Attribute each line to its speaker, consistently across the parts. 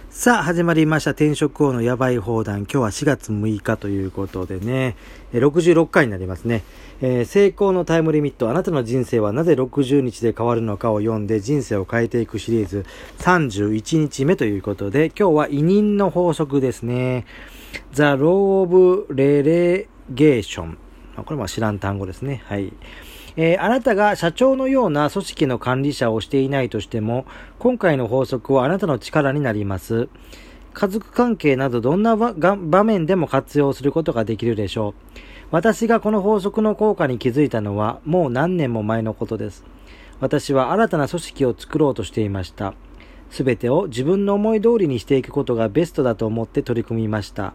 Speaker 1: さあ始まりました転職王のやばい放談。今日は4月6日ということでね、66回になりますね。成功のタイムリミット、あなたの人生はなぜ60日で変わるのかを読んで人生を変えていくシリーズ31日目ということで、今日は委任の法則ですね。The Law of Relegation。これも知らん単語ですね。はい。あなたが社長のような組織の管理者をしていないとしても、今回の法則はあなたの力になります。家族関係などどんな場面でも活用することができるでしょう。私がこの法則の効果に気づいたのはもう何年も前のことです。私は新たな組織を作ろうとしていました。すべてを自分の思い通りにしていくことがベストだと思って取り組みました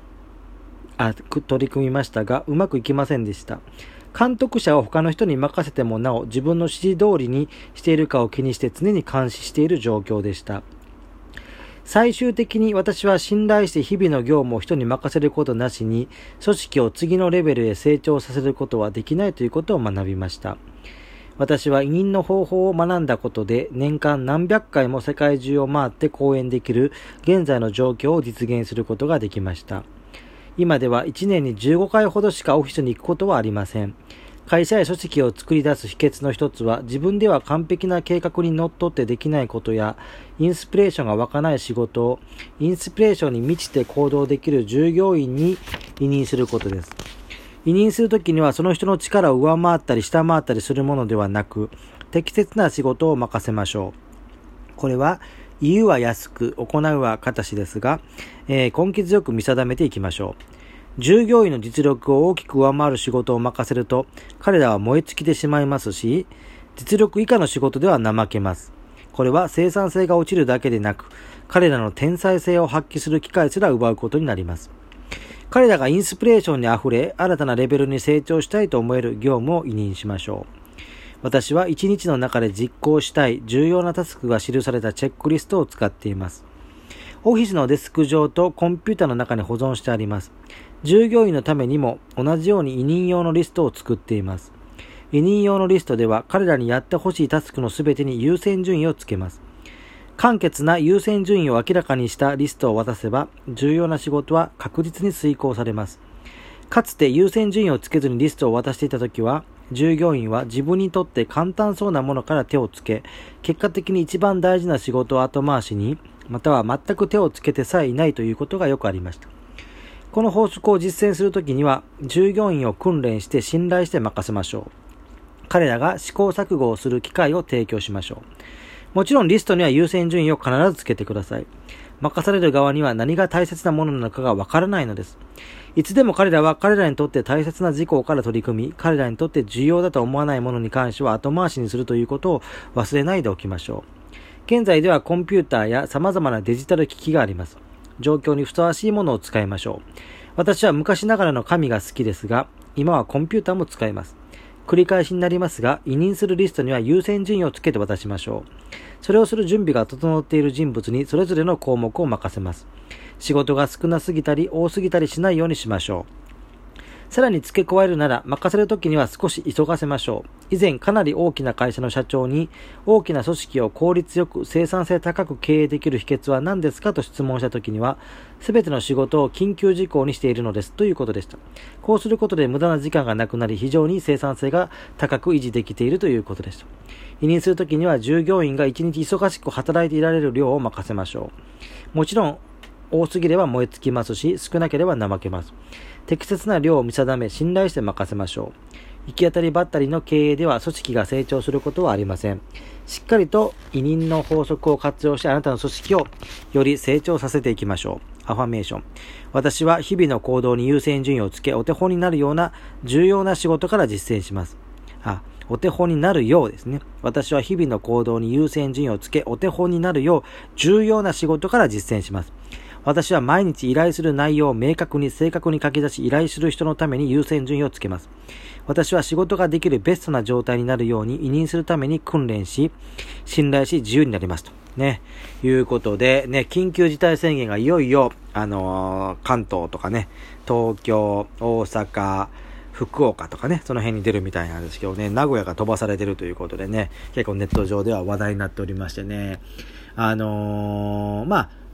Speaker 1: が、うまくいきませんでした。監督者を他の人に任せてもなお自分の指示通りにしているかを気にして常に監視している状況でした。最終的に私は信頼して日々の業務を人に任せることなしに組織を次のレベルへ成長させることはできないということを学びました。私は委任の方法を学んだことで年間何百回も世界中を回って講演できる現在の状況を実現することができました。今では1年に15回ほどしかオフィスに行くことはありません。会社や組織を作り出す秘訣の一つは、自分では完璧な計画にのっとってできないことや、インスピレーションが湧かない仕事を、インスピレーションに満ちて行動できる従業員に委任することです。委任するときには、その人の力を上回ったり下回ったりするものではなく、適切な仕事を任せましょう。これは、言うは安く、行うは形ですが、根気強く見定めていきましょう。従業員の実力を大きく上回る仕事を任せると、彼らは燃え尽きてしまいますし、実力以下の仕事では怠けます。これは生産性が落ちるだけでなく、彼らの天才性を発揮する機会すら奪うことになります。彼らがインスピレーションにあふれ、新たなレベルに成長したいと思える業務を委任しましょう。私は一日の中で実行したい重要なタスクが記されたチェックリストを使っています。オフィスのデスク上とコンピュータの中に保存してあります。従業員のためにも同じように委任用のリストを作っています。委任用のリストでは彼らにやってほしいタスクのすべてに優先順位をつけます。簡潔な優先順位を明らかにしたリストを渡せば重要な仕事は確実に遂行されます。かつて優先順位をつけずにリストを渡していたときは、従業員は自分にとって簡単そうなものから手をつけ、結果的に一番大事な仕事を後回しに、または全く手をつけてさえいないということがよくありました。この法則を実践するときには、従業員を訓練して信頼して任せましょう。彼らが試行錯誤をする機会を提供しましょう。もちろんリストには優先順位を必ずつけてください。任される側には何が大切なものなのかがわからないのです。いつでも彼らは彼らにとって大切な事項から取り組み、彼らにとって重要だと思わないものに関しては後回しにするということを忘れないでおきましょう。現在ではコンピューターや様々なデジタル機器があります。状況にふさわしいものを使いましょう。私は昔ながらの紙が好きですが、今はコンピューターも使います。繰り返しになりますが、委任するリストには優先順位をつけて渡しましょう。それをする準備が整っている人物にそれぞれの項目を任せます。仕事が少なすぎたり多すぎたりしないようにしましょう。さらに付け加えるなら、任せるときには少し急がせましょう。以前かなり大きな会社の社長に、大きな組織を効率よく生産性高く経営できる秘訣は何ですかと質問したときには、すべての仕事を緊急事項にしているのですということでした。こうすることで無駄な時間がなくなり、非常に生産性が高く維持できているということでした。委任するときには従業員が一日忙しく働いていられる量を任せましょう。もちろん、多すぎれば燃え尽きますし、少なければ怠けます。適切な量を見定め、信頼して任せましょう。行き当たりばったりの経営では組織が成長することはありません。しっかりと委任の法則を活用してあなたの組織をより成長させていきましょう。アファメーション。私は日々の行動に優先順位をつけ、お手本になるような重要な仕事から実践します。お手本になるようですね。私は日々の行動に優先順位をつけ、お手本になるよう重要な仕事から実践します。私は毎日依頼する内容を明確に正確に書き出し、依頼する人のために優先順位をつけます。私は仕事ができるベストな状態になるように委任するために訓練し、信頼し自由になりますと。ね。いうことで、ね、緊急事態宣言がいよいよ、関東とかね、東京、大阪、福岡とかね、その辺に出るみたいなんですけどね、名古屋が飛ばされてるということでね、結構ネット上では話題になっておりましてね、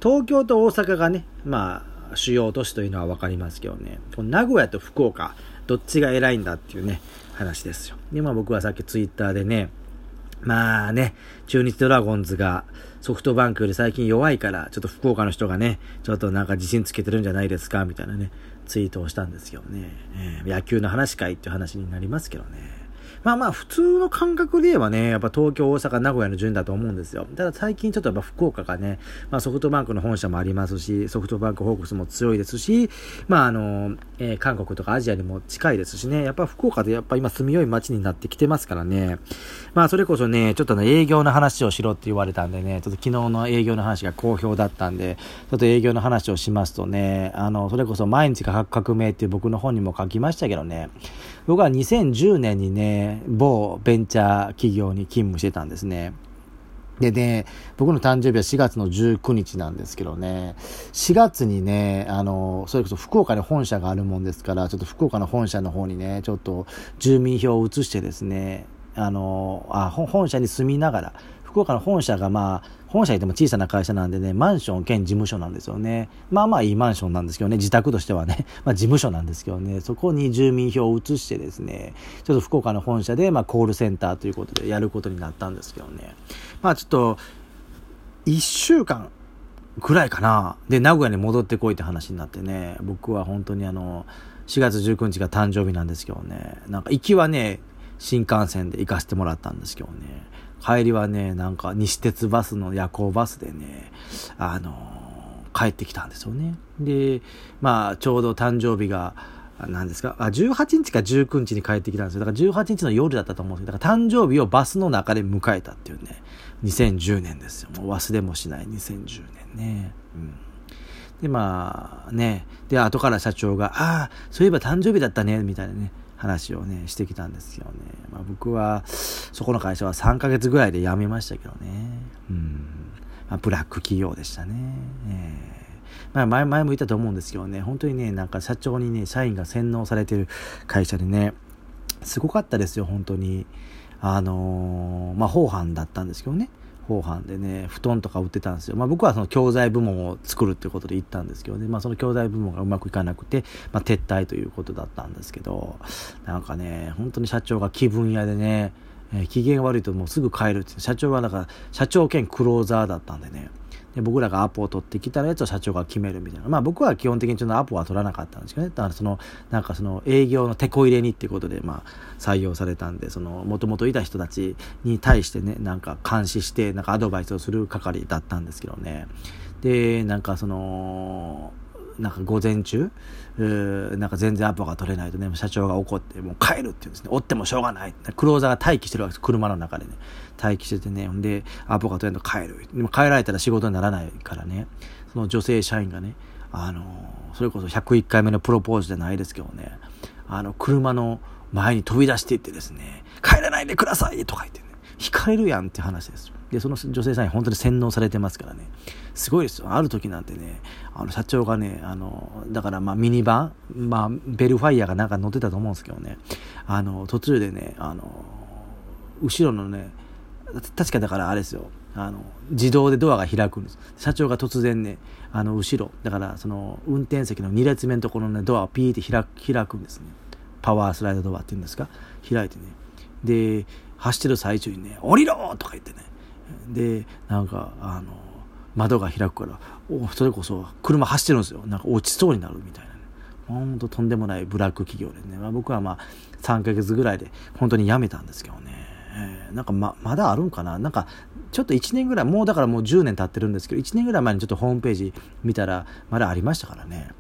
Speaker 1: 東京と大阪がね、まあ、主要都市というのは分かりますけどね、この名古屋と福岡、どっちが偉いんだっていうね、話ですよ。で、まあ僕はさっきツイッターでね、まあね、中日ドラゴンズがソフトバンクより最近弱いから、ちょっと福岡の人がね、ちょっとなんか自信つけてるんじゃないですか、みたいなね、ツイートをしたんですよね。野球の話かいっていう話になりますけどね。まあまあ普通の感覚で言えばね、やっぱ東京、大阪、名古屋の順だと思うんですよ。ただ最近ちょっとやっぱ福岡がね、まあソフトバンクの本社もありますし、ソフトバンクホークスも強いですし、まあ韓国とかアジアにも近いですしね、やっぱ福岡でやっぱ今住みよい街になってきてますからね。まあそれこそね、ちょっと営業の話をしろって言われたんでね、ちょっと昨日の営業の話が好評だったんで、ちょっと営業の話をしますとね、それこそ毎日が革命っていう僕の本にも書きましたけどね、僕は2010年にね、某ベンチャー企業に勤務してたんですね。でね、僕の誕生日は4月の19日なんですけどね、4月にね、それこそ福岡に本社があるもんですから、ちょっと福岡の本社の方にね、ちょっと住民票を移してですね、本社に住みながら、福岡の本社がまあ、本社にいても小さな会社なんでね、マンション兼事務所なんですよね。まあまあいいマンションなんですけどね、自宅としてはね、まあ事務所なんですけどね、そこに住民票を移してですね、ちょっと福岡の本社でまあコールセンターということでやることになったんですけどね。まあちょっと、1週間くらいかな。で、名古屋に戻ってこいって話になってね、僕は本当に4月19日が誕生日なんですけどね、なんか行きはね、新幹線で行かせてもらったんですけどね、帰りはね、なんか西鉄バスの夜行バスでね、帰ってきたんですよね。で、まあちょうど誕生日が何ですか、18日か19日に帰ってきたんですよ。だから18日の夜だったと思うんですけど、だから誕生日をバスの中で迎えたっていうね、2010年ですよ。もう忘れもしない2010年ね。で、まあね、で後から社長がそういえば誕生日だったねみたいなね話をねしてきたんですよね。まあ僕はそこの会社は3ヶ月ぐらいで辞めましたけどね。まあ、ブラック企業でしたね。まあ前も言ったと思うんですけどね、本当にね、なんか社長にね、社員が洗脳されてる会社でね、すごかったですよ、本当に。まあ、法販だったんですけどね。法販でね、布団とか売ってたんですよ。まあ僕はその教材部門を作るっていうことで行ったんですけどね、まあその教材部門がうまくいかなくて、まあ撤退ということだったんですけど、なんかね、本当に社長が気分屋でね、機嫌悪いともうすぐ帰るって、社長はだから社長兼クローザーだったんでね、で僕らがアポを取ってきたやつを社長が決めるみたいな。まあ僕は基本的にちょっとアポは取らなかったんですけどね。だからなんかその営業のテこ入れにっていうことでまあ採用されたんで、もともといた人たちに対してね、なんか監視してなんかアドバイスをする係だったんですけどね。で、なんかなんか午前中、なんか全然アポが取れないとね、社長が怒ってもう帰るって言うんですね。追ってもしょうがない。クローザーが待機してるわけです。車の中でね。待機しててね。で、アポが取れないと帰る。でも帰られたら仕事にならないからね。その女性社員がね、それこそ101回目のプロポーズじゃないですけどね、車の前に飛び出していってですね、帰らないでくださいとか言ってね、控えるやんって話ですよ。で、その女性社員本当に洗脳されてますからね。すごいですよ。ある時なんてね、社長がね、だからまあミニバン、まあベルファイアがなんか乗ってたと思うんですけどね、途中でね、後ろのね、確かだからあれですよ、自動でドアが開くんです。社長が突然ね、後ろ、だから運転席の2列目のところのね、ドアをピーって開くんですね。パワースライドドアっていうんですか、開いてね。で、走ってる最中にね、降りろとか言ってね。で、なんか、窓が開くから、それこそ車走ってるんですよ。なんか落ちそうになるみたいなね。ほんととんでもないブラック企業でね。まあ、僕はまあ3ヶ月ぐらいで本当に辞めたんですけどね。なんかまだあるんかな。なんかちょっと1年ぐらい、もうだからもう10年経ってるんですけど、1年ぐらい前にちょっとホームページ見たらまだありましたからね。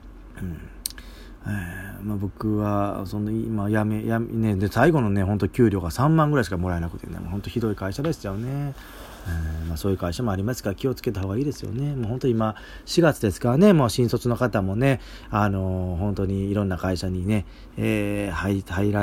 Speaker 1: まあ、僕は今ね、で最後のね、本当給料が3万ぐらいしかもらえなくてね、本当ひどい会社ですよね。まあ、そういう会社もありますから気をつけた方がいいですよね。もう本当に今4月ですからね、もう新卒の方もね、本当にいろんな会社にね、入られ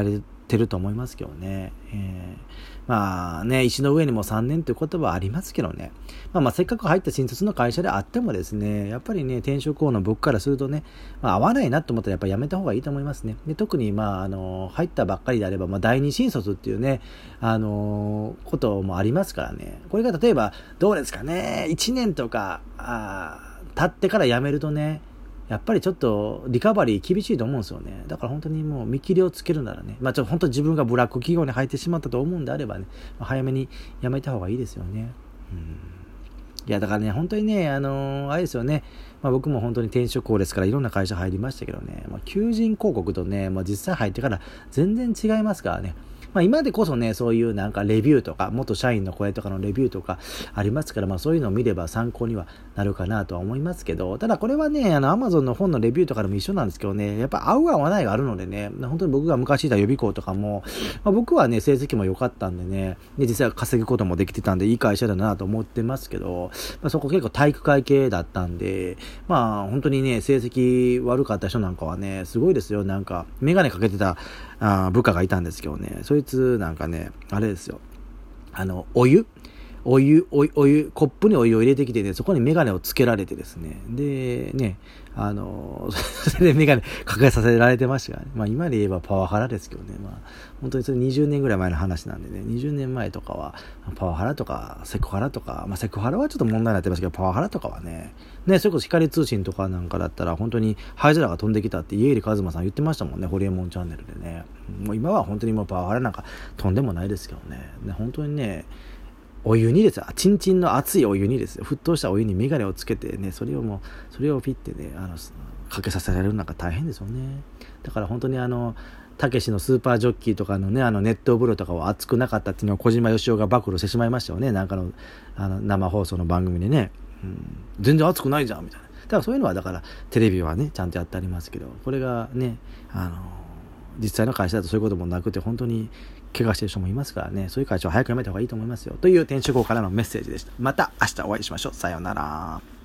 Speaker 1: ってると思いますけどね。まあね、石の上にも3年という言葉はありますけどね。せっかく入った新卒の会社であってもですね、やっぱりね、転職後の僕からするとね、合わないなと思ったらやっぱりやめた方がいいと思いますね。で、特に入ったばっかりであれば、第二新卒っていうね、こともありますからね。これが例えば、どうですかね、1年とか、経ってから辞めるとね、やっぱりちょっとリカバリー厳しいと思うんですよね。だから本当にもう見切りをつけるならね、本当自分がブラック企業に入ってしまったと思うんであればね、早めに辞めた方がいいですよね。いやだからね、本当にね、あれですよね、僕も本当に転職後ですからいろんな会社入りましたけどね、求人広告とね、実際入ってから全然違いますからね。今でこそね、そういうなんかレビューとか、元社員の声とかのレビューとかありますから、そういうのを見れば参考にはなるかなとは思いますけど、ただこれはね、Amazon の本のレビューとかでも一緒なんですけどね、やっぱ合う合わないがあるのでね、本当に僕が昔いた予備校とかも、僕はね、成績も良かったんでね、で実際稼ぐこともできてたんで、いい会社だなと思ってますけど、そこ結構体育会系だったんで、本当にね、成績悪かった人なんかはね、すごいですよ。なんか、メガネかけてた部下がいたんですけどね、そいつなんかね、あれですよ。お湯、コップにお湯を入れてきてね、そこにメガネをつけられてですね、で、ね、それでメガネかけさせられてましたからね。今で言えばパワハラですけどね、本当にそれ20年ぐらい前の話なんでね、20年前とかは、パワハラとか、セクハラとか、セクハラはちょっと問題になってますけど、パワハラとかはね、それこそ光通信とかなんかだったら、本当に灰皿が飛んできたって家入一馬さん言ってましたもんね、ホリエモンチャンネルでね。もう今は本当にもうパワハラなんかとんでもないですけどね。本当にね、お湯にですよ、チンチンの熱いお湯にですよ、沸騰したお湯にメガネをつけてね、それをピッてね、かけさせられるなんか大変ですよね。だから本当にたけしのスーパージョッキーとかのね、熱湯風呂とかは熱くなかったっていうのを小島よしおが暴露してしまいましたよね。なんかの生放送の番組でね、全然熱くないじゃんみたいな。だからそういうのはだからテレビはねちゃんとやってありますけど、これがね実際の会社だとそういうこともなくて、本当に怪我してる人もいますからね、そういう会社は早くやめた方がいいと思いますよという転職後からのメッセージでした。また明日お会いしましょう。さようなら。